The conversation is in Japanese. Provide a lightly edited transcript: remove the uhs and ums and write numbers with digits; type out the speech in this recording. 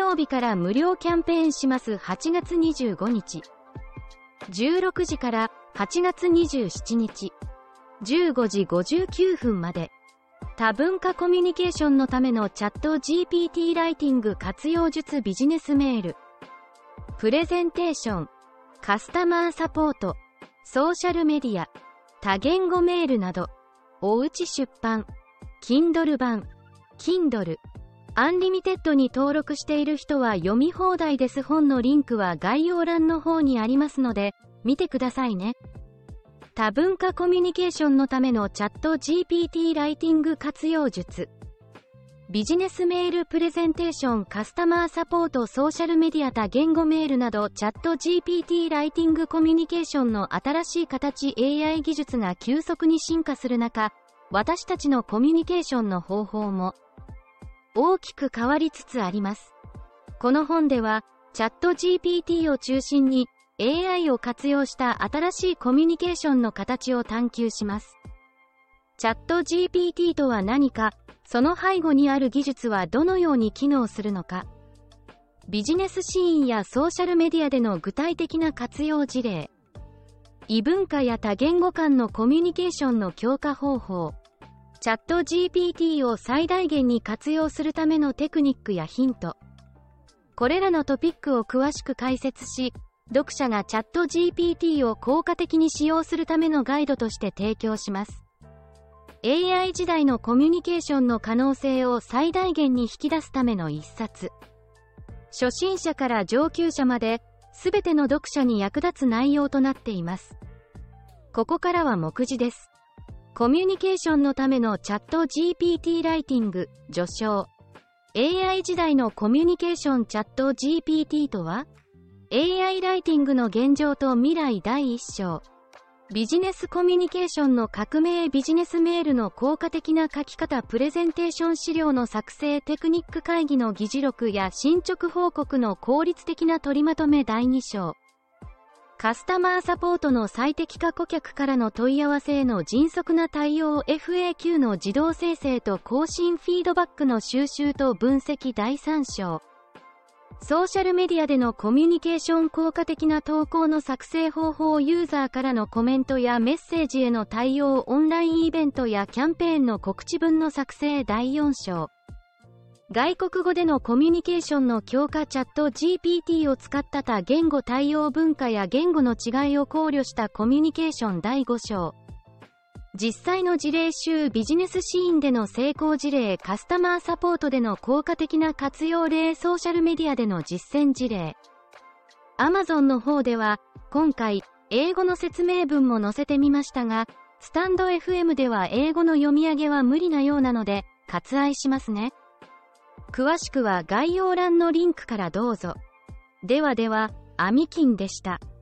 曜日から無料キャンペーンします。8月25日。16時から8月27日。15時59分まで。多文化コミュニケーションのためのチャット GPT ライティング活用術ビジネスメール。プレゼンテーション。カスタマーサポート。ソーシャルメディア。多言語メールなど。おうち出版。Kindle 版。Kindle。アンリミテッドに登録している人は読み放題です。本のリンクは概要欄の方にありますので、見てくださいね。多文化コミュニケーションのためのチャット GPT ライティング活用術。ビジネスメールプレゼンテーションカスタマーサポートソーシャルメディア多言語メールなどチャット GPT ライティングコミュニケーションの新しい形 AI 技術が急速に進化する中、私たちのコミュニケーションの方法も大きく変わりつつあります。この本では、チャット GPT を中心に AI を活用した新しいコミュニケーションの形を探求します。チャット GPT とは何か、その背後にある技術はどのように機能するのか。ビジネスシーンやソーシャルメディアでの具体的な活用事例。異文化や多言語間のコミュニケーションの強化方法。チャット GPT を最大限に活用するためのテクニックやヒント。これらのトピックを詳しく解説し、読者がチャット GPT を効果的に使用するためのガイドとして提供します。AI 時代のコミュニケーションの可能性を最大限に引き出すための一冊。初心者から上級者まで、すべての読者に役立つ内容となっています。ここからは目次です。コミュニケーションのためのチャット GPT ライティング、序章。AI 時代のコミュニケーションチャット GPT とは？ AI ライティングの現状と未来第一章。ビジネスコミュニケーションの革命ビジネスメールの効果的な書き方プレゼンテーション資料の作成テクニック会議の議事録や進捗報告の効率的な取りまとめ第2章。カスタマーサポートの最適化顧客からの問い合わせへの迅速な対応 FAQ の自動生成と更新フィードバックの収集と分析第3章。ソーシャルメディアでのコミュニケーション効果的な投稿の作成方法ユーザーからのコメントやメッセージへの対応オンラインイベントやキャンペーンの告知文の作成第4章。外国語でのコミュニケーションの強化チャット GPT を使った多言語対応文化や言語の違いを考慮したコミュニケーション第5章。実際の事例集ビジネスシーンでの成功事例カスタマーサポートでの効果的な活用例ソーシャルメディアでの実践事例。Amazon の方では今回英語の説明文も載せてみましたが、スタンド FM では英語の読み上げは無理なようなので割愛しますね。詳しくは概要欄のリンクからどうぞ。ではでは、アミキンでした。